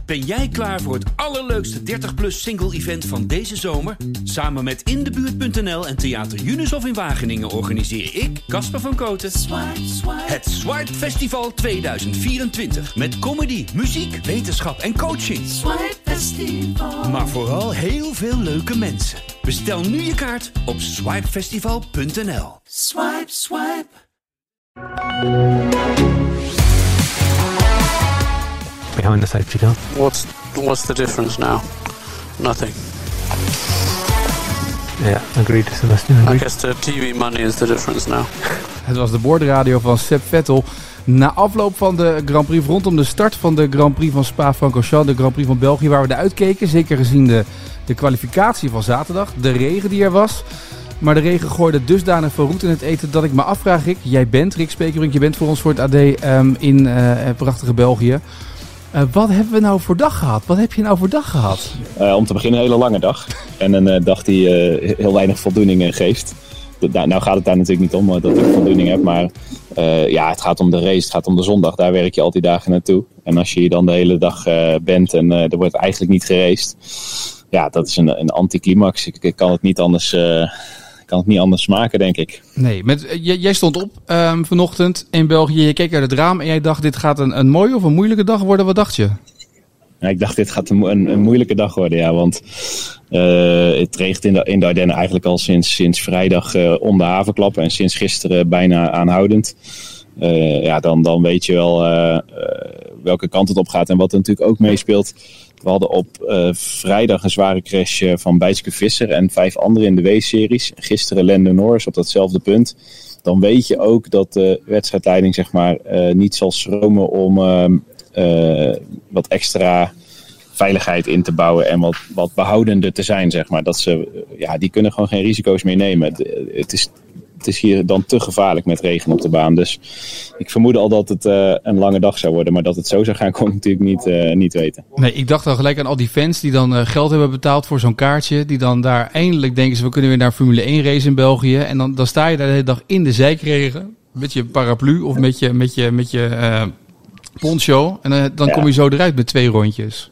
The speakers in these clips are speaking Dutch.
Ben jij klaar voor het allerleukste 30-plus single-event van deze zomer? Samen met Indebuurt.nl en Theater Junushof in Wageningen organiseer ik, Casper van Kooten, het Swipe Festival 2024. Met comedy, muziek, wetenschap en coaching. Swipe Festival. Maar vooral heel veel leuke mensen. Bestel nu je kaart op swipefestival.nl. Swipe, swipe. Behind the safety car. What's the difference now? Nothing. Yeah, agreed. Sebastian, agreed. I guess the TV money is the difference now. Het was de boordradio van Seb Vettel. Na afloop van de Grand Prix, rondom de start van de Grand Prix van Spa-Francorchamps, de Grand Prix van België, waar we naar uitkeken. Zeker gezien de kwalificatie van zaterdag, de regen die er was. Maar de regen gooide dusdanig veel roet in het eten dat ik me afvraag, Rick Spekerbrink, je bent voor ons voor het AD in prachtige België. Wat hebben we nou voor dag gehad? Wat heb je nou voor dag gehad? Om te beginnen een hele lange dag. En een dag die heel weinig voldoening geeft. Nou gaat het daar natuurlijk niet om dat ik voldoening heb. Maar het gaat om de race, het gaat om de zondag. Daar werk je al die dagen naartoe. En als je hier dan de hele dag bent en er wordt eigenlijk niet geraced. Ja, dat is een anticlimax. Ik kan het niet anders... kan het niet anders maken, denk ik. Nee, jij stond op vanochtend in België. Je keek uit het raam en jij dacht, dit gaat een mooie of een moeilijke dag worden. Wat dacht je? Ja, ik dacht, dit gaat een moeilijke dag worden, ja. Want het regent in de Ardennen eigenlijk al sinds vrijdag om de havenklap. En sinds gisteren bijna aanhoudend. Dan weet je wel welke kant het op gaat. En wat er natuurlijk ook meespeelt. We hadden op vrijdag een zware crash van Bijtske Visser en 5 anderen in de W-series. Gisteren Lando Norris op datzelfde punt. Dan weet je ook dat de wedstrijdleiding zeg maar, niet zal schromen om wat extra veiligheid in te bouwen en wat behoudender te zijn. Zeg maar. Dat die kunnen gewoon geen risico's meer nemen. Het is hier dan te gevaarlijk met regen op de baan. Dus ik vermoedde al dat het een lange dag zou worden. Maar dat het zo zou gaan, kon ik natuurlijk niet weten. Nee, ik dacht al gelijk aan al die fans die dan geld hebben betaald voor zo'n kaartje. Die dan daar eindelijk denken ze, we kunnen weer naar Formule 1 race in België. En dan sta je daar de hele dag in de zijkregen. Met je paraplu of met je poncho. En dan kom je zo eruit met 2 rondjes.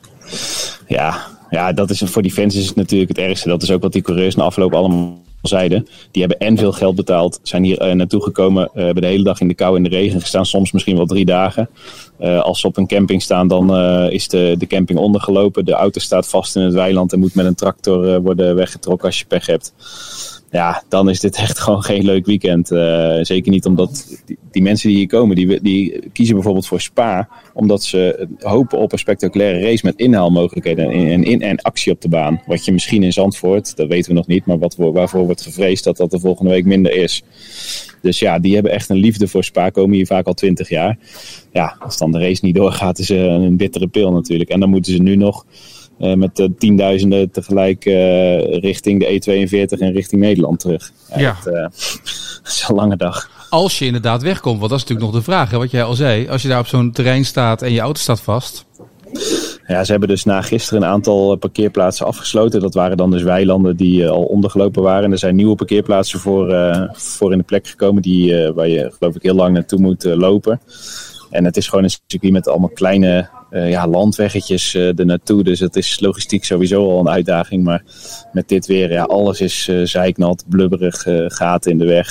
Ja, dat is voor die fans is het natuurlijk het ergste. Dat is ook wat die coureurs na afloop allemaal zeiden. Die hebben en veel geld betaald, zijn hier naartoe gekomen, hebben de hele dag in de kou en de regen gestaan, soms misschien wel 3 dagen. Als ze op een camping staan, dan is de camping ondergelopen. De auto staat vast in het weiland en moet met een tractor worden weggetrokken als je pech hebt. Ja, dan is dit echt gewoon geen leuk weekend. Zeker niet omdat die mensen die hier komen, die kiezen bijvoorbeeld voor Spa. Omdat ze hopen op een spectaculaire race met inhaalmogelijkheden en actie op de baan. Wat je misschien in Zandvoort, dat weten we nog niet, maar waarvoor wordt gevreesd dat de volgende week minder is. Dus ja, die hebben echt een liefde voor Spa, komen hier vaak al 20 jaar. Ja, als dan de race niet doorgaat, is een bittere pil natuurlijk. En dan moeten ze nu nog met tienduizenden tegelijk richting de E42 en richting Nederland terug. Ja. Dat is een lange dag. Als je inderdaad wegkomt, want dat is natuurlijk nog de vraag, hè, wat jij al zei. Als je daar op zo'n terrein staat en je auto staat vast. Ja, ze hebben dus na gisteren een aantal parkeerplaatsen afgesloten. Dat waren dan dus weilanden die al ondergelopen waren. En er zijn nieuwe parkeerplaatsen voor in de plek gekomen waar je geloof ik heel lang naartoe moet lopen. En het is gewoon een circuit met allemaal kleine landweggetjes ernaartoe. Dus het is logistiek sowieso al een uitdaging. Maar met dit weer, alles is zeiknat, blubberig, gaten in de weg.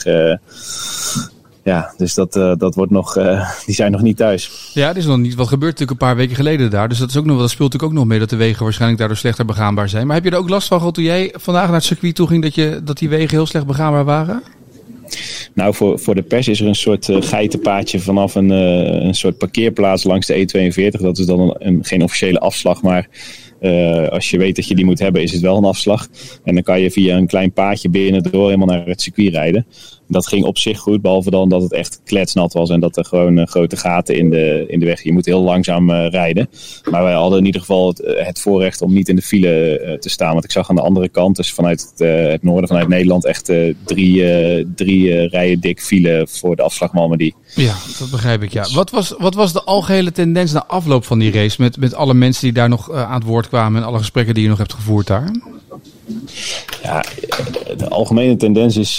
Dus dat wordt nog, die zijn nog niet thuis. Ja, het is nog niet. Wat gebeurt natuurlijk een paar weken geleden daar. Dus dat speelt natuurlijk ook nog mee dat de wegen waarschijnlijk daardoor slechter begaanbaar zijn. Maar heb je er ook last van gehad toen jij vandaag naar het circuit toe ging dat die wegen heel slecht begaanbaar waren? Nou, voor de pers is er een soort geitenpaadje vanaf een soort parkeerplaats langs de E42. Dat is dan geen officiële afslag, maar als je weet dat je die moet hebben, is het wel een afslag. En dan kan je via een klein paadje binnendoor helemaal naar het circuit rijden. Dat ging op zich goed, behalve dan dat het echt kletsnat was en dat er gewoon grote gaten in de weg. Je moet heel langzaam rijden. Maar wij hadden in ieder geval het voorrecht om niet in de file te staan. Want ik zag aan de andere kant, dus vanuit het noorden, vanuit Nederland, echt drie rijen dik file voor de afslag Malmedy. Ja, dat begrijp ik, ja. Wat was de algehele tendens na afloop van die race met alle mensen die daar nog aan het woord kwamen en alle gesprekken die je nog hebt gevoerd daar? Ja, de algemene tendens is...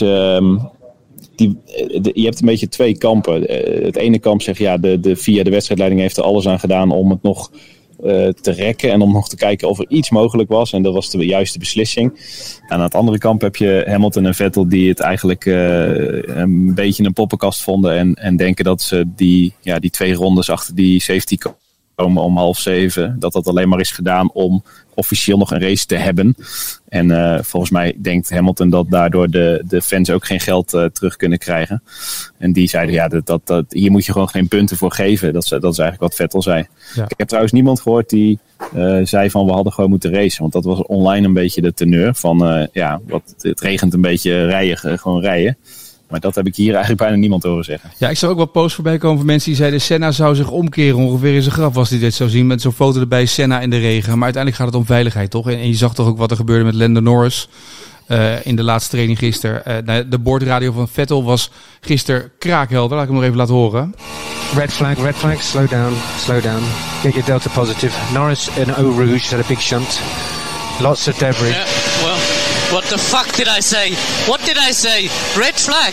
je hebt een beetje 2 kampen. Het ene kamp zegt, via de wedstrijdleiding heeft er alles aan gedaan om het nog te rekken en om nog te kijken of er iets mogelijk was. En dat was de juiste beslissing. En aan het andere kamp heb je Hamilton en Vettel die het eigenlijk een beetje een poppenkast vonden. En denken dat ze die 2 rondes achter die safety komen om 6:30. Dat alleen maar is gedaan om officieel nog een race te hebben. En volgens mij denkt Hamilton dat daardoor de fans ook geen geld terug kunnen krijgen. En die zeiden, hier moet je gewoon geen punten voor geven. Dat is eigenlijk wat Vettel zei. Ja. Ik heb trouwens niemand gehoord die zei van we hadden gewoon moeten racen. Want dat was online een beetje de teneur van het regent een beetje gewoon rijden. Maar dat heb ik hier eigenlijk bijna niemand horen zeggen. Ja, ik zag ook wel posts voorbij komen van mensen die zeiden Senna zou zich omkeren ongeveer in zijn graf als hij dit zou zien. Met zo'n foto erbij, Senna in de regen. Maar uiteindelijk gaat het om veiligheid, toch? En je zag toch ook wat er gebeurde met Lando Norris in de laatste training gisteren. De boordradio van Vettel was gisteren kraakhelder. Laat ik hem nog even laten horen. Red flag, slow down. Get your delta positive. Norris in Eau Rouge had a big shunt. Lots of debris. Yeah, well, what the fuck did I say? What did I say? Red flag.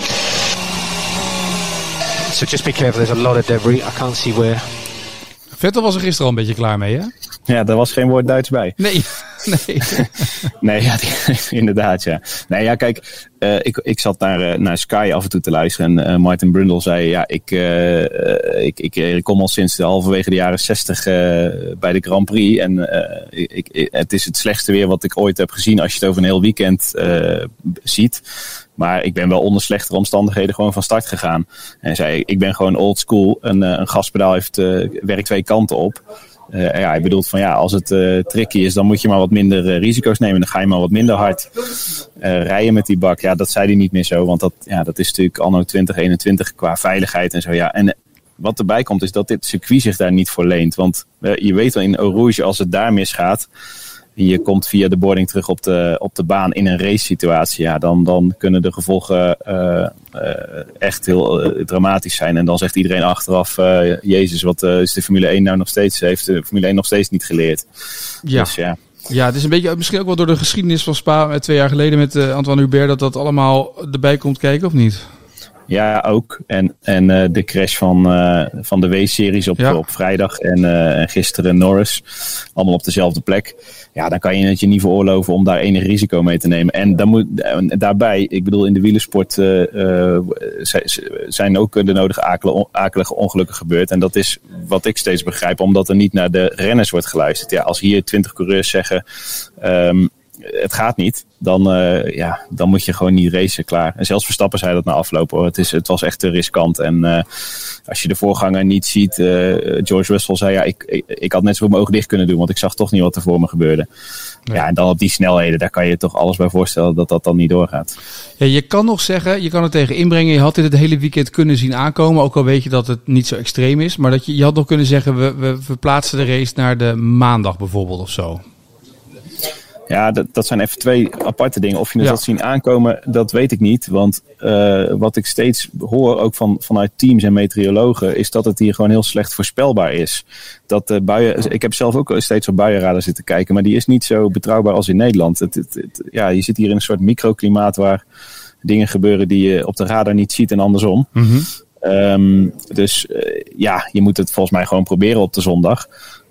So just be careful, there's a lot of debris. I can't see where. Vettel was er gisteren al een beetje klaar mee, hè? Ja, daar was geen woord Duits bij. Nee. Nee, ja, inderdaad, ja. Nee, ja, kijk, ik zat naar Sky af en toe te luisteren en Martin Brundle zei, ja, ik kom al sinds halverwege de jaren 60 bij de Grand Prix en het is het slechtste weer wat ik ooit heb gezien als je het over een heel weekend ziet. Maar ik ben wel onder slechtere omstandigheden gewoon van start gegaan. En hij zei, ik ben gewoon old school. Een gaspedaal werkt 2 kanten op. Hij bedoelt van als het tricky is, dan moet je maar wat minder risico's nemen. Dan ga je maar wat minder hard rijden met die bak. Ja, dat zei hij niet meer zo. Want dat is natuurlijk anno 2021 qua veiligheid en zo. Ja. En wat erbij komt is dat dit circuit zich daar niet voor leent. Want je weet wel in Eau Rouge, als het daar misgaat, je komt via de boarding terug op de baan in een race situatie. Ja, dan kunnen de gevolgen echt heel dramatisch zijn. En dan zegt iedereen achteraf, Jezus, wat is de Formule 1 nou nog steeds? Heeft de Formule 1 nog steeds niet geleerd? Ja. Dus, ja. Ja, het is een beetje misschien ook wel door de geschiedenis van Spa 2 jaar geleden met Antoine Hubert dat allemaal erbij komt kijken, of niet? Ja, ook. En de crash van de W-series op vrijdag en gisteren Norris. Allemaal op dezelfde plek. Ja, dan kan je het je niet veroorloven om daar enig risico mee te nemen. En daarbij, ik bedoel, in de wielersport zijn ook de nodige akelige ongelukken gebeurd. En dat is wat ik steeds begrijp, omdat er niet naar de renners wordt geluisterd. Ja, als hier 20 coureurs zeggen, het gaat niet, dan moet je gewoon niet racen, klaar. En zelfs Verstappen zei dat na afloop, hoor. Het was echt te riskant. En als je de voorganger niet ziet, George Russell zei, ik had net zo mijn ogen dicht kunnen doen, want ik zag toch niet wat er voor me gebeurde. Nee. Ja, en dan op die snelheden, daar kan je toch alles bij voorstellen dat dan niet doorgaat. Ja, je kan nog zeggen, je kan er tegen inbrengen, je had dit het hele weekend kunnen zien aankomen, ook al weet je dat het niet zo extreem is, maar dat je had nog kunnen zeggen, we verplaatsen de race naar de maandag bijvoorbeeld of zo. Ja, dat zijn even 2 aparte dingen. Of je het dat zien aankomen, dat weet ik niet. Want wat ik steeds hoor, ook vanuit teams en meteorologen, is dat het hier gewoon heel slecht voorspelbaar is. Dat buien, ik heb zelf ook steeds op buienradar zitten kijken, maar die is niet zo betrouwbaar als in Nederland. Je zit hier in een soort microklimaat waar dingen gebeuren die je op de radar niet ziet en andersom. Mm-hmm. Je moet het volgens mij gewoon proberen op de zondag.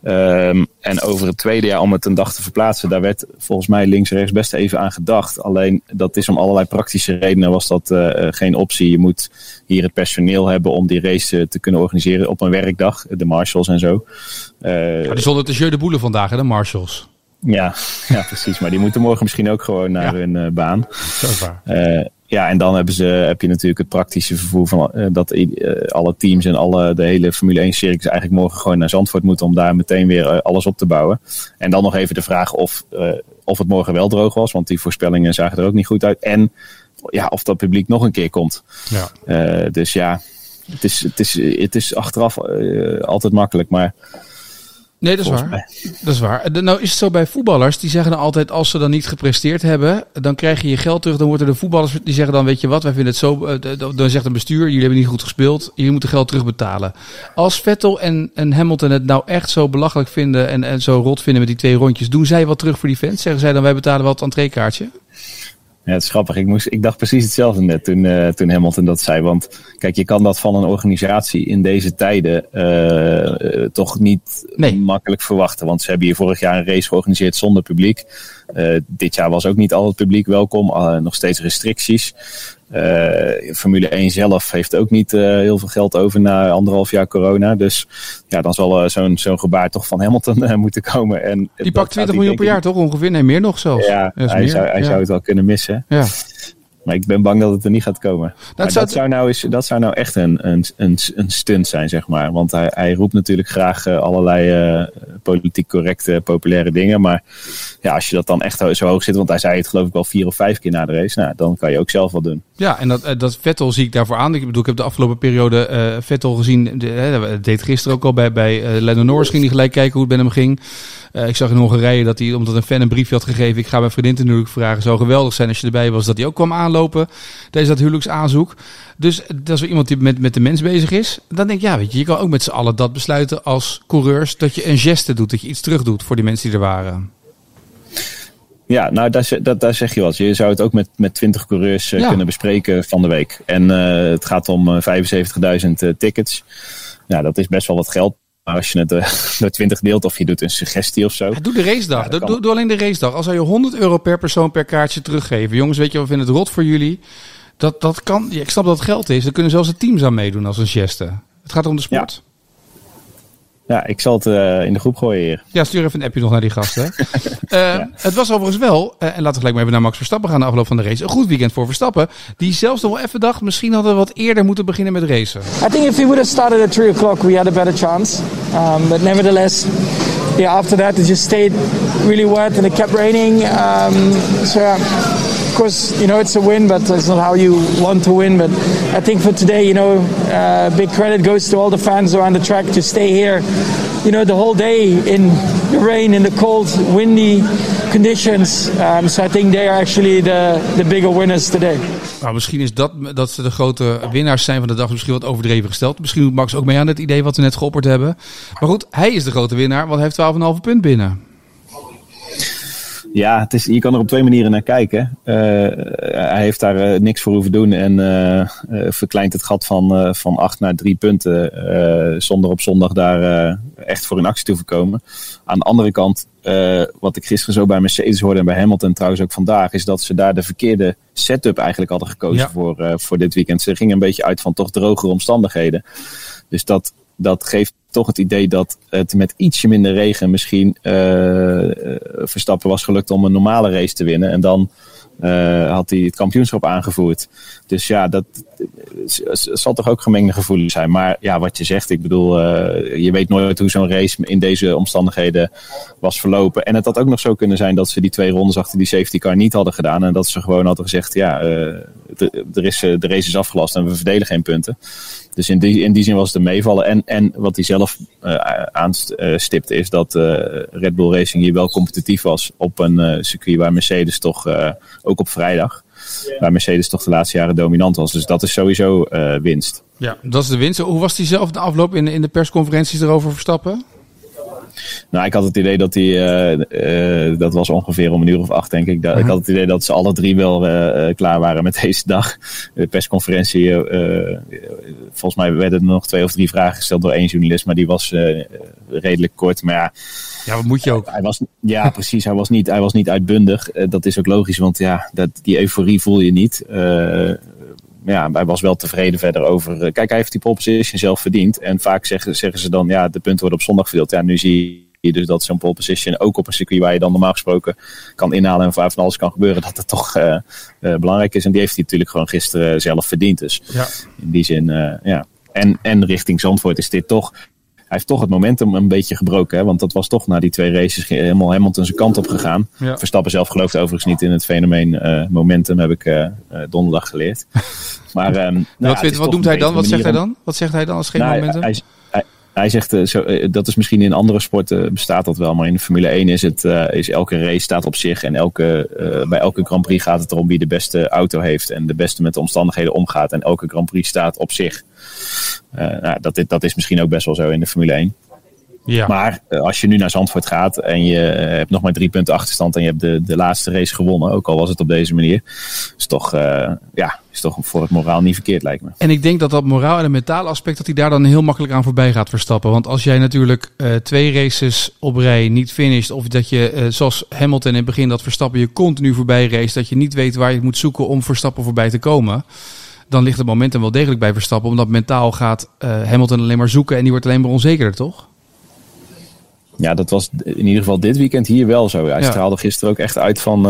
En over het tweede jaar om het een dag te verplaatsen, daar werd volgens mij links en rechts best even aan gedacht. Alleen dat is om allerlei praktische redenen was dat geen optie. Je moet hier het personeel hebben om die race te kunnen organiseren op een werkdag. De marshals en zo. Die stonden te Jeu de Boele vandaag, hè, de marshals. Ja, precies. Maar die moeten morgen misschien ook gewoon naar hun baan. Dat is waar. Ja, en dan heb je natuurlijk het praktische vervoer van dat alle teams en de hele Formule 1 circus eigenlijk morgen gewoon naar Zandvoort moeten om daar meteen weer alles op te bouwen. En dan nog even de vraag of het morgen wel droog was, want die voorspellingen zagen er ook niet goed uit. En of dat publiek nog een keer komt. Ja. Dus ja, het is achteraf altijd makkelijk, maar... Nee, dat is waar. Dat is waar. Nou is het zo bij voetballers, die zeggen dan altijd, als ze dan niet gepresteerd hebben, dan krijg je je geld terug. Dan worden de voetballers, die zeggen dan, weet je wat, wij vinden het zo, dan zegt een bestuur, jullie hebben niet goed gespeeld, jullie moeten geld terugbetalen. Als Vettel en Hamilton het nou echt zo belachelijk vinden en zo rot vinden met die 2 rondjes, doen zij wat terug voor die fans? Zeggen zij dan, wij betalen wel het entreekaartje? Ja, het is grappig. Ik dacht precies hetzelfde net toen Hamilton dat zei. Want kijk, je kan dat van een organisatie in deze tijden toch niet makkelijk verwachten. Want ze hebben hier vorig jaar een race georganiseerd zonder publiek. Dit jaar was ook niet al het publiek welkom. Nog steeds restricties. Formule 1 zelf heeft ook niet heel veel geld over na 1,5 jaar corona. Dus ja, dan zal zo'n gebaar toch van Hamilton moeten komen. En die pakt 20 miljoen per jaar toch ongeveer? Nee, meer nog zelfs. Ja, hij zou het wel kunnen missen. Ja. Maar ik ben bang dat het er niet gaat komen. Dat zou nou echt een stunt zijn, zeg maar. Want hij roept natuurlijk graag allerlei politiek correcte, populaire dingen. Maar ja, als je dat dan echt zo hoog zit, want hij zei het geloof ik wel 4 of 5 keer na de race. Nou, dan kan je ook zelf wat doen. Ja, en dat Vettel zie ik daarvoor aan. Ik heb de afgelopen periode Vettel gezien. Dat deed gisteren ook al bij Lando Norris. Ging hij gelijk kijken hoe het met hem ging. Ik zag in Hongarije dat hij, omdat een fan een briefje had gegeven, ik ga mijn vriendin ten huwelijk vragen. Het zou geweldig zijn als je erbij was, dat hij ook kwam aanlopen tijdens dat huwelijksaanzoek. Dus dat is wel iemand die met de mens bezig is. Dan denk ik, ja, weet je kan ook met z'n allen dat besluiten als coureurs, dat je een geste doet, dat je iets terug doet voor die mensen die er waren. Ja, nou daar zeg je wat. Je zou het ook met 20 coureurs kunnen bespreken van de week. En het gaat om 75.000 tickets. Nou, dat is best wel wat geld. Maar als je het door 20 deelt of je doet een suggestie of zo. Ja, doe de racedag. Ja, doe alleen de racedag. Als zou je €100 per persoon per kaartje teruggeven. Jongens, weet je, we vinden het rot voor jullie. Dat kan. Ja, ik snap dat het geld is. Er kunnen zelfs de teams aan meedoen als een geste. Het gaat om de sport. Ja, ik zal het in de groep gooien hier. Ja, stuur even een appje nog naar die gasten. Het was overigens wel, en laten we gelijk maar even naar Max Verstappen gaan na afloop van de race. Een goed weekend voor Verstappen. Die zelfs nog wel even dacht, misschien hadden we wat eerder moeten beginnen met racen. I think if we would have started at 3 o'clock, we had a better chance. But nevertheless, after that it just stayed really wet and it kept raining. Of course, it's a win, but it's not how you want to win. But I think for today, big credit goes to all the fans around the track to stay here, the whole day in the rain, in the cold, windy conditions. So I think they are actually the bigger winners today. Nou, misschien is dat ze de grote winnaars zijn van de dag misschien wat overdreven gesteld. Misschien doet Max ook mee aan het idee wat we net geopperd hebben. Maar goed, hij is de grote winnaar, want hij heeft 12,5 punt binnen. Ja, je kan er op 2 manieren naar kijken. Hij heeft daar niks voor hoeven doen en verkleint het gat van 8 naar 3 punten zonder op zondag daar echt voor in actie te voorkomen. Aan de andere kant, wat ik gisteren zo bij Mercedes hoorde en bij Hamilton trouwens ook vandaag, is dat ze daar de verkeerde setup eigenlijk hadden gekozen voor dit weekend. Ze gingen een beetje uit van toch drogere omstandigheden. Dus dat geeft toch het idee dat het met ietsje minder regen misschien Verstappen was gelukt om een normale race te winnen. En dan had hij het kampioenschap aangevoerd. Dus ja, dat zal toch ook gemengde gevoelens zijn. Maar ja, wat je zegt, ik bedoel, je weet nooit hoe zo'n race in deze omstandigheden was verlopen. En het had ook nog zo kunnen zijn dat ze die 2 rondes achter die safety car niet hadden gedaan. En dat ze gewoon hadden gezegd, de race is afgelast en we verdelen geen punten. Dus in die zin was het een meevallen. En wat hij zelf aanstipte is dat Red Bull Racing hier wel competitief was op een circuit waar Mercedes toch, ook op vrijdag, waar Mercedes toch de laatste jaren dominant was. Dus dat is sowieso winst. Ja, dat is de winst. Hoe was hij zelf de afloop in de persconferenties erover Verstappen? Nou, ik had het idee dat hij, dat was ongeveer om 1:08 denk ik. Ik had het idee dat ze alle 3 wel klaar waren met deze dag. De persconferentie, volgens mij werden er nog 2 of 3 vragen gesteld door 1 journalist, maar die was redelijk kort. Maar ja, wat moet je ook? Precies. Hij was niet uitbundig. Dat is ook logisch, want die euforie voel je niet. Hij was wel tevreden verder over. Kijk, hij heeft die pole position zelf verdiend. En vaak zeggen ze dan, de punten worden op zondag verdeeld. Ja, nu zie je dus dat zo'n pole position ook op een circuit waar je dan normaal gesproken kan inhalen en van alles kan gebeuren, dat het toch belangrijk is. En die heeft hij natuurlijk gewoon gisteren zelf verdiend. Dus in die zin, En richting Zandvoort is dit toch. Hij heeft toch het momentum een beetje gebroken. Hè? Want dat was toch na die 2 races helemaal Hamilton zijn kant op gegaan. Ja. Verstappen zelf gelooft overigens niet in het fenomeen momentum. Heb ik donderdag geleerd. Maar, wat doet hij dan? Wat zegt hij dan? Wat zegt hij dan als geen momentum? Hij zegt, dat is misschien in andere sporten bestaat dat wel. Maar in de Formule 1 is elke race staat op zich. En bij elke Grand Prix gaat het erom wie de beste auto heeft. En de beste met de omstandigheden omgaat. En elke Grand Prix staat op zich. Dat is misschien ook best wel zo in de Formule 1. Ja. Maar als je nu naar Zandvoort gaat en je hebt nog maar 3 punten achterstand en je hebt de laatste race gewonnen, ook al was het op deze manier, is toch voor het moraal niet verkeerd, lijkt me. En ik denk dat moraal en het mentale aspect, dat hij daar dan heel makkelijk aan voorbij gaat Verstappen. Want als jij natuurlijk 2 races op rij niet finisht, of dat je, zoals Hamilton in het begin, dat Verstappen je continu voorbij race, dat je niet weet waar je moet zoeken om Verstappen voorbij te komen, dan ligt het momentum wel degelijk bij Verstappen. Omdat mentaal gaat Hamilton alleen maar zoeken en die wordt alleen maar onzekerder, toch? Ja, dat was in ieder geval dit weekend hier wel zo. Hij straalde gisteren ook echt uit van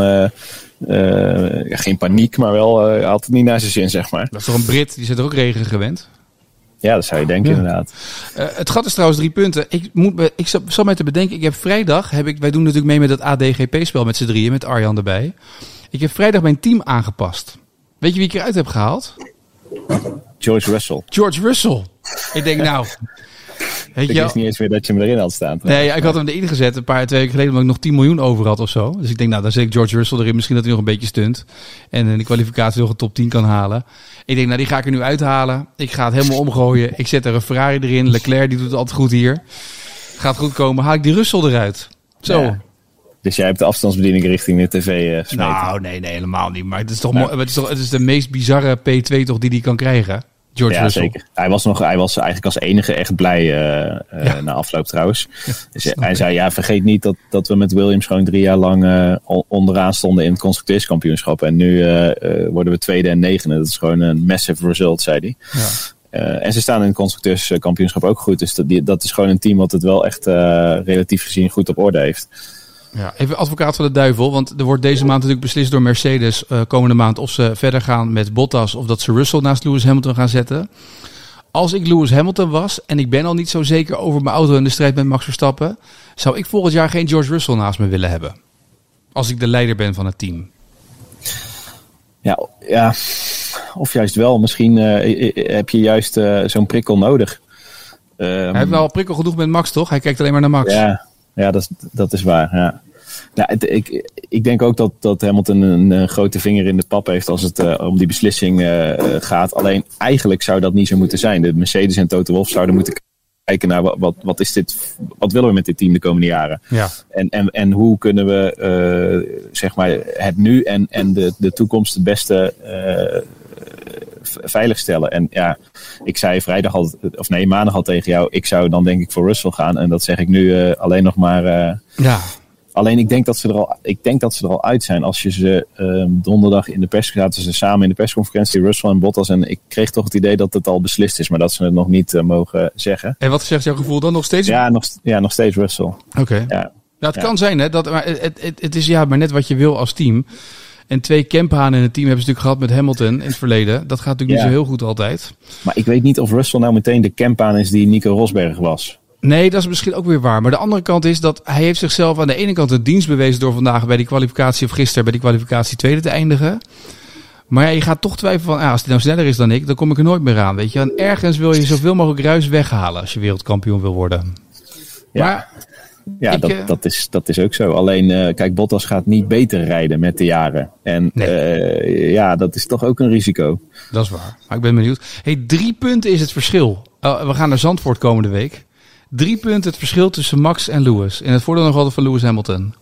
geen paniek, maar wel hij had het niet naar zijn zin, zeg maar. Dat is toch een Brit, die zit er ook regen gewend? Ja, dat zou je denken, inderdaad. Het gat is trouwens 3 punten. Ik zat mij te bedenken, ik heb vrijdag, wij doen natuurlijk mee met het ADGP-spel met z'n drieën, met Arjan erbij. Ik heb vrijdag mijn team aangepast. Weet je wie ik eruit heb gehaald? George Russell. Ik denk nou... Ik wist niet eens meer dat je hem erin had staan. Nee, ik had hem erin gezet een paar 2 weken geleden, omdat ik nog 10 miljoen over had of zo. Dus ik denk, nou, dan zet ik George Russell erin. Misschien dat hij nog een beetje stunt. En in de kwalificatie nog een top 10 kan halen. Ik denk, nou, die ga ik er nu uithalen. Ik ga het helemaal omgooien. Ik zet er een Ferrari erin. Leclerc, die doet het altijd goed hier. Gaat goed komen. Haal ik die Russell eruit. Zo. Ja. Dus jij hebt de afstandsbediening richting de tv gesmeten? Nou, nee, helemaal niet. Maar het is toch het is de meest bizarre P2 toch die hij kan krijgen. George Russell. Zeker. Hij was eigenlijk als enige echt blij na afloop trouwens. Dus hij zei, vergeet niet dat we met Williams gewoon 3 jaar lang onderaan stonden in het constructeurskampioenschap. En nu worden we 2e en 9e. Dat is gewoon een massive result, zei hij. Ja. En ze staan in het constructeurskampioenschap ook goed. Dus dat is gewoon een team wat het wel echt relatief gezien goed op orde heeft. Ja, even advocaat van de duivel, want er wordt deze maand natuurlijk beslist door Mercedes komende maand of ze verder gaan met Bottas of dat ze Russell naast Lewis Hamilton gaan zetten. Als ik Lewis Hamilton was en ik ben al niet zo zeker over mijn auto in de strijd met Max Verstappen, zou ik volgend jaar geen George Russell naast me willen hebben. Als ik de leider ben van het team. Ja, of juist wel. Misschien heb je juist zo'n prikkel nodig. Hij heeft wel prikkel genoeg met Max, toch? Hij kijkt alleen maar naar Max. Ja, dat is waar. Ja. Ik denk ook dat Hamilton een grote vinger in de pap heeft als het om die beslissing gaat. Alleen eigenlijk zou dat niet zo moeten zijn. De Mercedes en Toto Wolff zouden moeten kijken naar wat is dit, wat willen we met dit team de komende jaren. Ja. En hoe kunnen we zeg maar het nu en de toekomst het beste veiligstellen. En ja, ik zei maandag al tegen jou, ik zou dan denk ik voor Russell gaan. En dat zeg ik nu alleen nog maar. Alleen ik denk dat ze er al uit zijn. Als je ze donderdag in de pers zaten ze samen in de persconferentie, Russell en Bottas. En ik kreeg toch het idee dat het al beslist is, maar dat ze het nog niet mogen zeggen. En wat zegt jouw gevoel dan nog steeds? Ja, nog steeds Russell. Oké. Ja. Het kan zijn, hè? Maar het is maar net wat je wil als team. En 2 Kemphanen in het team hebben ze natuurlijk gehad met Hamilton in het verleden. Dat gaat natuurlijk niet zo heel goed altijd. Maar ik weet niet of Russell nou meteen de Kemphaan is die Nico Rosberg was. Nee, dat is misschien ook weer waar. Maar de andere kant is dat hij heeft zichzelf aan de ene kant een dienst bewezen door vandaag bij die kwalificatie of gisteren bij die kwalificatie tweede te eindigen. Maar ja, je gaat toch twijfelen van, als hij nou sneller is dan ik, dan kom ik er nooit meer aan. Weet je? En ergens wil je zoveel mogelijk ruis weghalen als je wereldkampioen wil worden. Ja. Maar ja, dat is ook zo. Alleen, kijk, Bottas gaat niet beter rijden met de jaren. En dat is toch ook een risico. Dat is waar. Maar ik ben benieuwd. 3 punten is het verschil. We gaan naar Zandvoort komende week. 3 punten het verschil tussen Max en Lewis. En het voordeel nog altijd van Lewis Hamilton.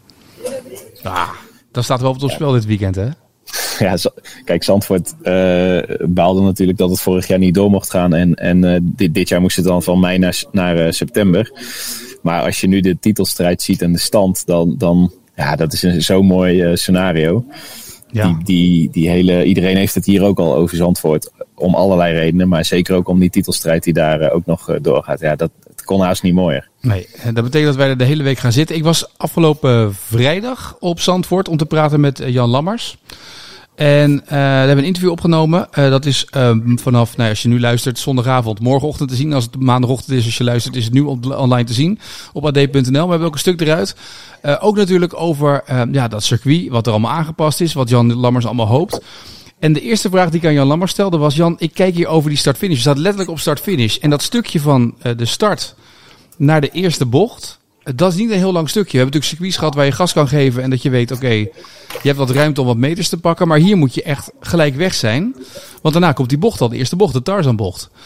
Dat staat wel op het spel dit weekend, hè? Ja, kijk, Zandvoort baalde natuurlijk dat het vorig jaar niet door mocht gaan. En dit jaar moest het dan van mei naar september. Maar als je nu de titelstrijd ziet en de stand, dan dat is zo'n mooi scenario. Ja. Iedereen heeft het hier ook al over Zandvoort. Om allerlei redenen, maar zeker ook om die titelstrijd die daar ook nog doorgaat. Ja, het kon haast niet mooier. Nee, dat betekent dat wij er de hele week gaan zitten. Ik was afgelopen vrijdag op Zandvoort om te praten met Jan Lammers. En we hebben een interview opgenomen. Dat is vanaf, als je nu luistert, zondagavond, morgenochtend te zien. Als het maandagochtend is, als je luistert, is het nu online te zien op ad.nl. We hebben ook een stuk eruit. Ook natuurlijk over dat circuit, wat er allemaal aangepast is, wat Jan Lammers allemaal hoopt. En de eerste vraag die ik aan Jan Lammers stelde was, Jan, ik kijk hier over die start-finish. Je staat letterlijk op start-finish. En dat stukje van de start naar de eerste bocht, dat is niet een heel lang stukje. We hebben natuurlijk circuits gehad waar je gas kan geven en dat je weet, oké, je hebt wat ruimte om wat meters te pakken. Maar hier moet je echt gelijk weg zijn. Want daarna komt die bocht al, de eerste bocht, de Tarzanbocht.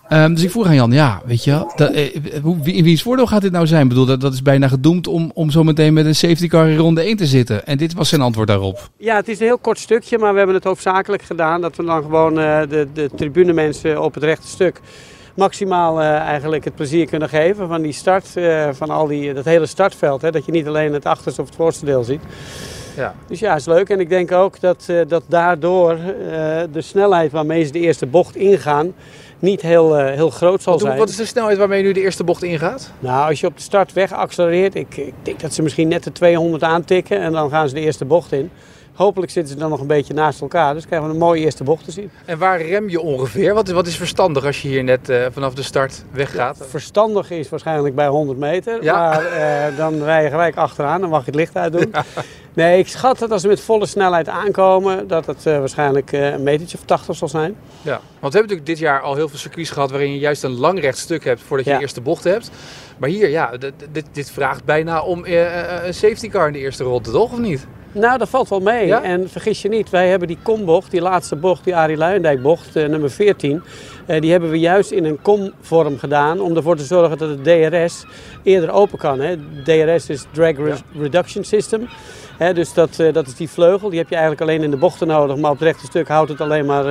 Dus ik vroeg aan Jan, weet je wel, in wiens voordeel gaat dit nou zijn? Ik bedoel, dat is bijna gedoemd om zo meteen met een safety car in ronde 1 te zitten. En dit was zijn antwoord daarop. Ja, het is een heel kort stukje, maar we hebben het hoofdzakelijk gedaan. Dat we dan gewoon de tribunemensen op het rechte stuk maximaal eigenlijk het plezier kunnen geven van die start, van dat hele startveld. Hè, dat je niet alleen het achterste of het voorste deel ziet. Ja. Dus ja, is leuk. En ik denk ook dat daardoor de snelheid waarmee ze de eerste bocht ingaan niet heel groot zal zijn. Wat is de snelheid waarmee je nu de eerste bocht ingaat? Nou, als je op de start weg accelereert, ik denk dat ze misschien net de 200 aantikken en dan gaan ze de eerste bocht in. Hopelijk zitten ze dan nog een beetje naast elkaar, dus krijgen we een mooie eerste bocht te zien. En waar rem je ongeveer? Wat is verstandig als je hier net vanaf de start weggaat? Ja, verstandig is waarschijnlijk bij 100 meter, maar dan rij je gelijk achteraan en mag je het licht uitdoen. Ja. Nee, ik schat dat als we met volle snelheid aankomen, dat het waarschijnlijk een metertje of 80 zal zijn. Ja, want we hebben natuurlijk dit jaar al heel veel circuits gehad waarin je juist een lang recht stuk hebt voordat je de eerste bocht hebt. Maar hier, dit vraagt bijna om een safety car in de eerste ronde, toch? Of niet? Nou, dat valt wel mee. Ja? En vergis je niet, wij hebben die kombocht, die laatste bocht, die Arie Luijendijk bocht, nummer 14. Die hebben we juist in een komvorm gedaan om ervoor te zorgen dat het DRS eerder open kan. Hè. DRS is Drag Reduction System. He, dus dat is die vleugel, die heb je eigenlijk alleen in de bochten nodig, maar op het rechte stuk houdt het alleen maar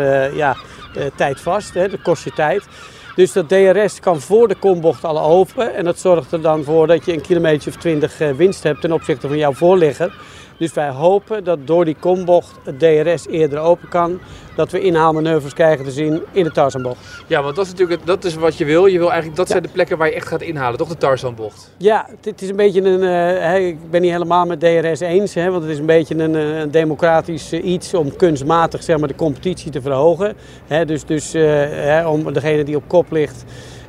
tijd vast. Hè. Dat kost je tijd. Dus dat DRS kan voor de kombocht al open en dat zorgt er dan voor dat je een kilometer of 20 winst hebt ten opzichte van jouw voorligger. Dus wij hopen dat door die kombocht het DRS eerder open kan, dat we inhaalmanoeuvres krijgen te zien in de Tarzanbocht. Ja, want dat is natuurlijk dat is wat je wil. Je wil eigenlijk, dat zijn de plekken waar je echt gaat inhalen, toch de Tarzanbocht? Ja, het is een beetje ik ben niet helemaal met DRS eens, hè, want het is een beetje een democratisch iets om kunstmatig zeg maar, de competitie te verhogen. Hè, dus om degene die op kop ligt,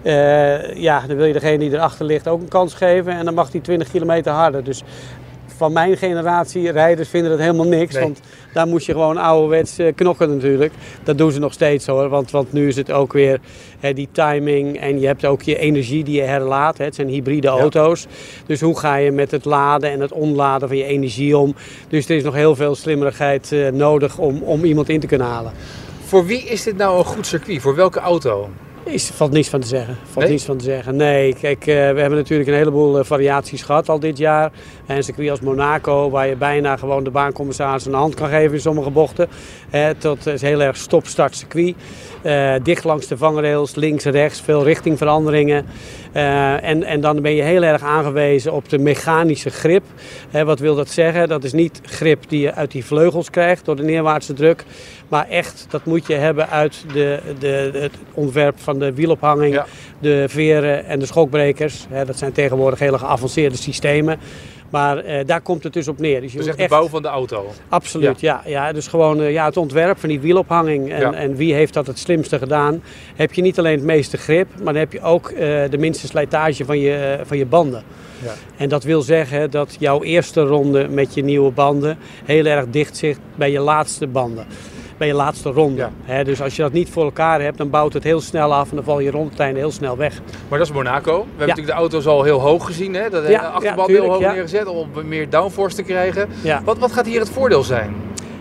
dan wil je degene die erachter ligt ook een kans geven en dan mag die 20 kilometer harder. Dus van mijn generatie rijders vinden dat helemaal niks. Nee. Want daar moest je gewoon ouderwets knokken natuurlijk. Dat doen ze nog steeds hoor. Want nu is het ook weer die timing. En je hebt ook je energie die je herlaat. Het zijn hybride auto's. Dus hoe ga je met het laden en het onladen van je energie om. Dus er is nog heel veel slimmerigheid nodig om iemand in te kunnen halen. Voor wie is dit nou een goed circuit? Voor welke auto? Valt niets van te zeggen. Nee, kijk, we hebben natuurlijk een heleboel variaties gehad al dit jaar. Een circuit als Monaco, waar je bijna gewoon de baancommissaris een hand kan geven in sommige bochten. Dat is heel erg stop-start circuit. Dicht langs de vangrails, links en rechts, veel richtingveranderingen. En dan ben je heel erg aangewezen op de mechanische grip. Wat wil dat zeggen? Dat is niet grip die je uit die vleugels krijgt door de neerwaartse druk. Maar echt, dat moet je hebben uit het ontwerp van de wielophanging, de veren en de schokbrekers. Dat zijn tegenwoordig hele geavanceerde systemen. Maar daar komt het dus op neer. Dus je moet echt de bouw van de auto? Absoluut, ja. Dus gewoon het ontwerp van die wielophanging. En wie heeft dat het slimste gedaan? Heb je niet alleen het meeste grip, maar dan heb je ook de minste slijtage van je banden. Ja. En dat wil zeggen dat jouw eerste ronde met je nieuwe banden heel erg dicht zit bij je laatste banden. Bij je laatste ronde. Ja. Dus als je dat niet voor elkaar hebt, dan bouwt het heel snel af en dan val je rondetijden heel snel weg. Maar dat is Monaco. We hebben natuurlijk de auto's al heel hoog gezien. Hè? Dat de achterband heel hoog neergezet om meer downforce te krijgen. Ja. Wat gaat hier het voordeel zijn?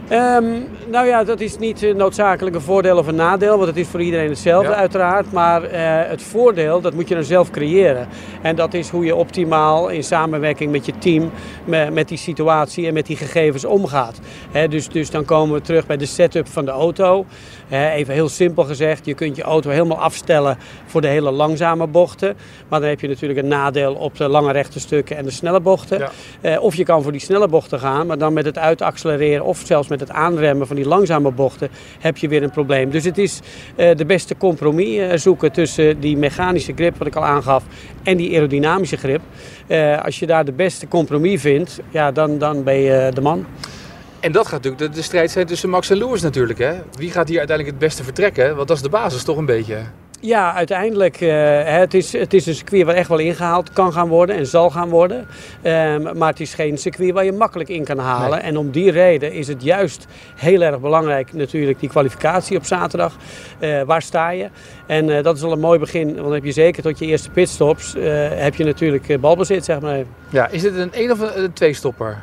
Dat is niet noodzakelijk een voordeel of een nadeel, want het is voor iedereen hetzelfde uiteraard. Maar het voordeel, dat moet je dan zelf creëren. En dat is hoe je optimaal in samenwerking met je team met die situatie en met die gegevens omgaat. Dus dan komen we terug bij de setup van de auto. Even heel simpel gezegd, je kunt je auto helemaal afstellen voor de hele langzame bochten. Maar dan heb je natuurlijk een nadeel op de lange rechte stukken en de snelle bochten. Ja. Of je kan voor die snelle bochten gaan, maar dan met het uitaccelereren of zelfs met het aanremmen van die langzame bochten heb je weer een probleem. Dus het is de beste compromis zoeken tussen die mechanische grip, wat ik al aangaf, en die aerodynamische grip. Als je daar de beste compromis vindt, dan ben je de man. En dat gaat natuurlijk de strijd zijn tussen Max en Lewis natuurlijk. Hè? Wie gaat hier uiteindelijk het beste vertrekken? Want dat is de basis toch een beetje. Ja, uiteindelijk. Het is een circuit waar echt wel ingehaald kan gaan worden en zal gaan worden. Maar het is geen circuit waar je makkelijk in kan halen. Nee. En om die reden is het juist heel erg belangrijk natuurlijk die kwalificatie op zaterdag. Waar sta je? En dat is al een mooi begin. Want dan heb je zeker tot je eerste pitstops heb je natuurlijk balbezit, zeg maar even. Ja, is dit een 1 of een 2-stopper?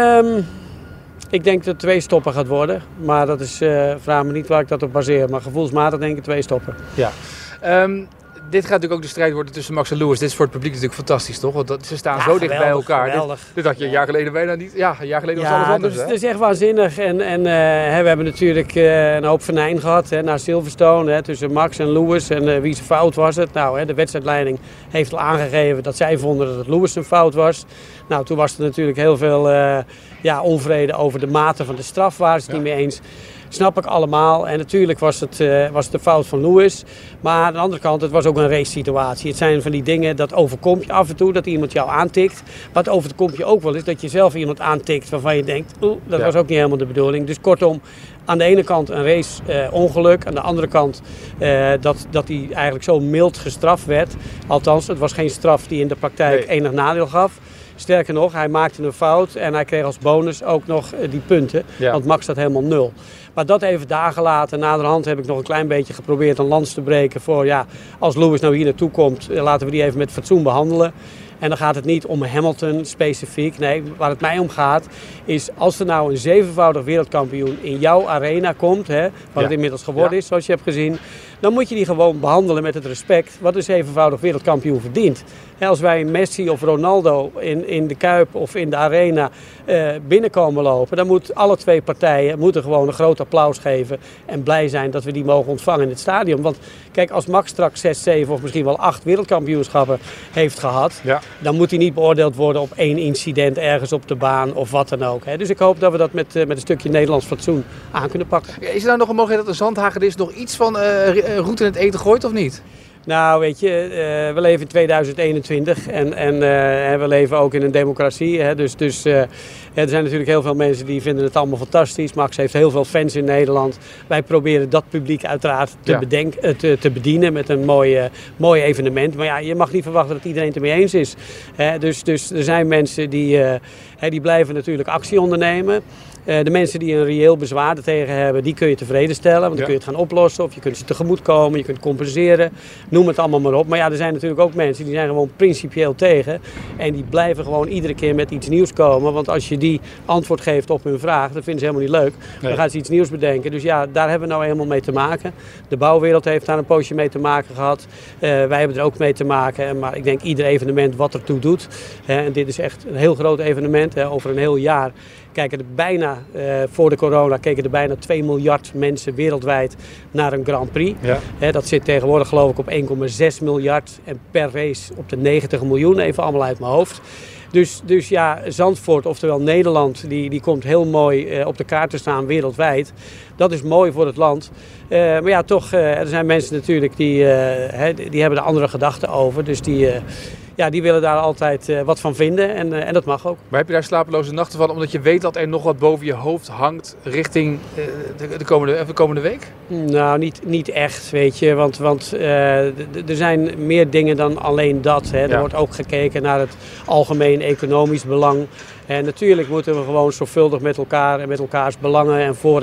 Ik denk dat het 2-stopper gaat worden. Maar dat is, vraag me niet waar ik dat op baseer. Maar gevoelsmatig denk ik 2-stopper. Ja. Dit gaat natuurlijk ook de strijd worden tussen Max en Lewis. Dit is voor het publiek natuurlijk fantastisch, toch? Want ze staan zo dicht bij elkaar. Dit had je een jaar geleden bijna niet. Ja, een jaar geleden was alles anders. Het is echt waanzinnig. En we hebben natuurlijk een hoop venijn gehad naar Silverstone. Tussen Max en Lewis. En wie zijn fout was het? Nou, de wedstrijdleiding heeft al aangegeven dat zij vonden dat het Lewis zijn fout was. Nou, toen was er natuurlijk heel veel onvrede over de mate van de straf. Waren ze het niet mee eens. Snap ik allemaal. En natuurlijk was het de fout van Lewis. Maar aan de andere kant, het was ook een race situatie. Het zijn van die dingen, dat overkomt je af en toe, dat iemand jou aantikt. Maar het overkomt je ook wel eens dat je zelf iemand aantikt waarvan je denkt, dat was ook niet helemaal de bedoeling. Dus kortom, aan de ene kant een race ongeluk. Aan de andere kant dat hij eigenlijk zo mild gestraft werd. Althans, het was geen straf die in de praktijk enig nadeel gaf. Sterker nog, hij maakte een fout en hij kreeg als bonus ook nog die punten. Ja. Want Max staat helemaal 0. Maar dat even daar gelaten. Naderhand heb ik nog een klein beetje geprobeerd een lans te breken voor, als Lewis nou hier naartoe komt, laten we die even met fatsoen behandelen. En dan gaat het niet om Hamilton specifiek. Nee, waar het mij om gaat is als er nou een 7-voudig wereldkampioen in jouw arena komt, wat het inmiddels geworden is, zoals je hebt gezien, dan moet je die gewoon behandelen met het respect wat een 7-voudig wereldkampioen verdient. Als wij Messi of Ronaldo in de Kuip of in de arena binnenkomen lopen, dan moeten alle twee partijen gewoon een groot applaus geven en blij zijn dat we die mogen ontvangen in het stadion. Want kijk, als Max straks 6, 7 of misschien wel 8 wereldkampioenschappen heeft gehad, dan moet hij niet beoordeeld worden op 1 incident ergens op de baan of wat dan ook. Dus ik hoop dat we dat met een stukje Nederlands fatsoen aan kunnen pakken. Is er nou nog een mogelijkheid dat de Zandhagedis nog iets van roet in het eten gooit of niet? Nou, weet je, we leven in 2021 en we leven ook in een democratie. Dus er zijn natuurlijk heel veel mensen die vinden het allemaal fantastisch. Max heeft heel veel fans in Nederland. Wij proberen dat publiek uiteraard te bedienen met een mooi evenement. Maar je mag niet verwachten dat iedereen het ermee eens is. Dus er zijn mensen die blijven natuurlijk actie ondernemen. De mensen die een reëel bezwaar tegen hebben, die kun je tevreden stellen. Want dan kun je het gaan oplossen of je kunt ze tegemoetkomen, je kunt compenseren. Noem het allemaal maar op. Maar er zijn natuurlijk ook mensen die zijn gewoon principieel tegen. En die blijven gewoon iedere keer met iets nieuws komen. Want als je die antwoord geeft op hun vraag, dat vinden ze helemaal niet leuk. Nee. Dan gaan ze iets nieuws bedenken. Dus daar hebben we nou helemaal mee te maken. De bouwwereld heeft daar een poosje mee te maken gehad. Wij hebben er ook mee te maken. Maar ik denk ieder evenement wat ertoe doet. En dit is echt een heel groot evenement. Over een heel jaar kijken er bijna, voor de corona, keken er bijna 2 miljard mensen wereldwijd naar een Grand Prix. Ja. Dat zit tegenwoordig geloof ik op 1,6 miljard en per race op de 90 miljoen, even allemaal uit mijn hoofd. Dus Zandvoort, oftewel Nederland, die komt heel mooi op de kaart te staan wereldwijd. Dat is mooi voor het land. Maar toch, er zijn mensen natuurlijk die hebben er andere gedachten over. Dus die willen daar altijd wat van vinden en dat mag ook. Maar heb je daar slapeloze nachten van, omdat je weet dat er nog wat boven je hoofd hangt richting de komende week? Nou, niet echt, weet je. Want er zijn meer dingen dan alleen dat. Er wordt ook gekeken naar het algemeen economisch belang. En natuurlijk moeten we gewoon zorgvuldig met elkaar en met elkaars belangen en voor-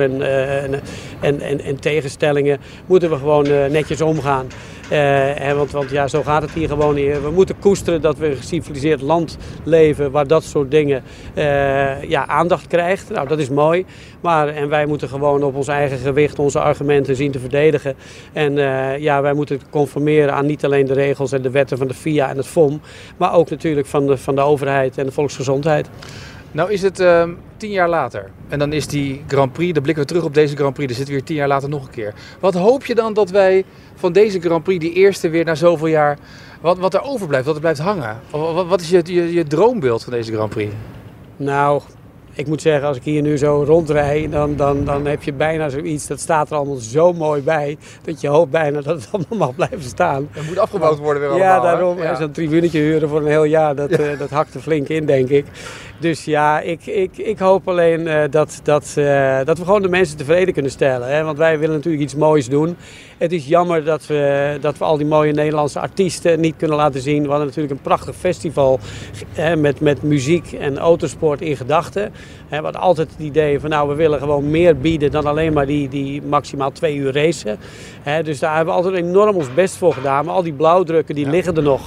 en tegenstellingen moeten we gewoon netjes omgaan. Want zo gaat het hier gewoon niet. We moeten koesteren dat we in een geciviliseerd land leven waar dat soort dingen aandacht krijgt. Nou, dat is mooi. En wij moeten gewoon op ons eigen gewicht onze argumenten zien te verdedigen. En wij moeten conformeren aan niet alleen de regels en de wetten van de FIA en het FOM, maar ook natuurlijk van de overheid en de volksgezondheid. Nou is het 10 jaar later en dan is die Grand Prix, dan blikken we terug op deze Grand Prix, dan zitten we weer 10 jaar later nog een keer. Wat hoop je dan dat wij van deze Grand Prix, die eerste weer na zoveel jaar, wat er overblijft, wat er blijft hangen? Wat is je droombeeld van deze Grand Prix? Nou, ik moet zeggen, als ik hier nu zo rondrij, dan heb je bijna zoiets, dat staat er allemaal zo mooi bij, dat je hoopt bijna dat het allemaal mag blijven staan. Het moet afgebouwd worden weer allemaal. Ja, daarom. Zo'n tribunetje huren voor een heel jaar, dat hakt er flink in, denk ik. Dus ik hoop alleen dat we gewoon de mensen tevreden kunnen stellen. Hè? Want wij willen natuurlijk iets moois doen. Het is jammer dat we al die mooie Nederlandse artiesten niet kunnen laten zien. We hadden natuurlijk een prachtig festival met muziek en autosport in gedachten. We hadden altijd het idee van we willen gewoon meer bieden dan alleen maar die maximaal 2 uur racen. Dus daar hebben we altijd enorm ons best voor gedaan. Maar al die blauwdrukken die liggen er nog.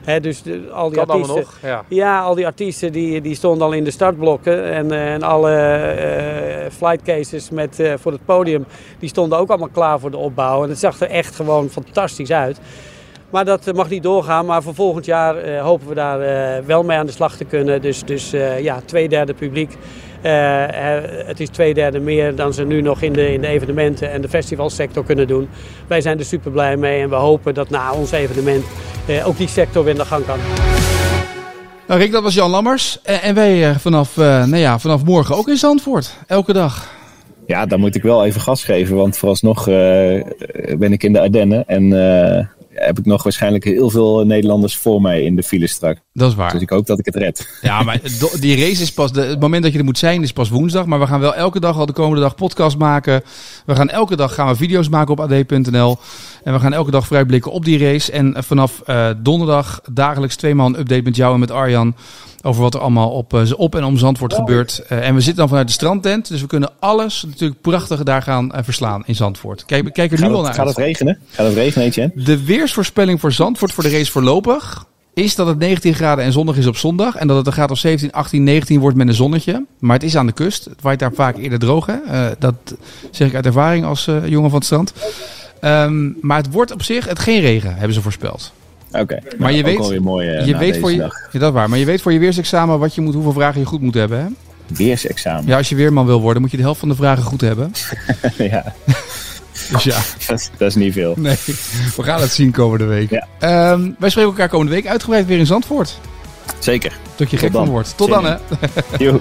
Dus al die Kan artiesten, nog, ja. Ja, al die artiesten die stonden al in de startblokken. En alle flight cases voor het podium, die stonden ook allemaal klaar voor de opbouw. En het zag er echt gewoon fantastisch uit. Maar dat mag niet doorgaan. Maar voor volgend jaar hopen we daar wel mee aan de slag te kunnen. Dus 2/3 publiek. Het is 2/3 meer dan ze nu nog in de evenementen en de festivalsector kunnen doen. Wij zijn er super blij mee en we hopen dat na ons evenement ook die sector weer in de gang kan. Nou Rick, dat was Jan Lammers. En wij vanaf morgen ook in Zandvoort. Elke dag. Ja, dan moet ik wel even gas geven. Want vooralsnog ben ik in de Ardennen. En heb ik nog waarschijnlijk heel veel Nederlanders voor mij in de file straks. Dat is waar. Dus ik hoop dat ik het red. Ja, maar die race is pas... Het moment dat je er moet zijn is pas woensdag. Maar we gaan wel elke dag al de komende dag podcast maken. Elke dag gaan we video's maken op ad.nl. En we gaan elke dag vooruitblikken op die race. En vanaf donderdag dagelijks 2 maal een update met jou en met Arjan. Over wat er allemaal op en om Zandvoort gebeurt. En we zitten dan vanuit de strandtent. Dus we kunnen alles natuurlijk prachtig daar gaan verslaan in Zandvoort. Kijk er nu al naar uit. Gaat het regenen? Gaat het regenen, Etienne? De weersvoorspelling voor Zandvoort voor de race voorlopig is dat het 19 graden en zonnig is op zondag. En dat het een graad of 17, 18, 19 wordt met een zonnetje. Maar het is aan de kust. Het waait daar vaak eerder droog. Hè? Dat zeg ik uit ervaring als jongen van het strand. Maar het wordt op zich geen regen, hebben ze voorspeld. Oké. Maar je weet, alweer mooi, je weet voor je, ja, dat waar. Maar je weet voor je weersexamen hoeveel vragen je goed moet hebben, hè? Weersexamen? Ja, als je weerman wil worden, moet je de helft van de vragen goed hebben. Ja. Dus ja. Dat is niet veel. Nee, we gaan het zien komende week. Ja. Wij spreken elkaar komende week uitgebreid weer in Zandvoort. Zeker. Tot je gek van wordt. Tot dan, hè. Joe.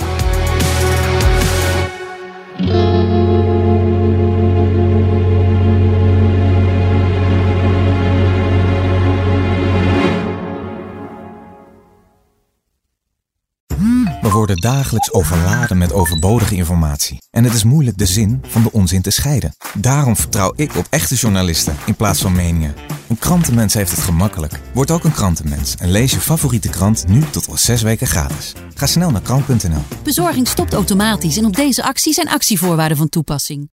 We worden dagelijks overladen met overbodige informatie. En het is moeilijk de zin van de onzin te scheiden. Daarom vertrouw ik op echte journalisten in plaats van meningen. Een krantenmens heeft het gemakkelijk. Word ook een krantenmens en lees je favoriete krant nu tot al 6 weken gratis. Ga snel naar krant.nl. Bezorging stopt automatisch en op deze actie zijn actievoorwaarden van toepassing.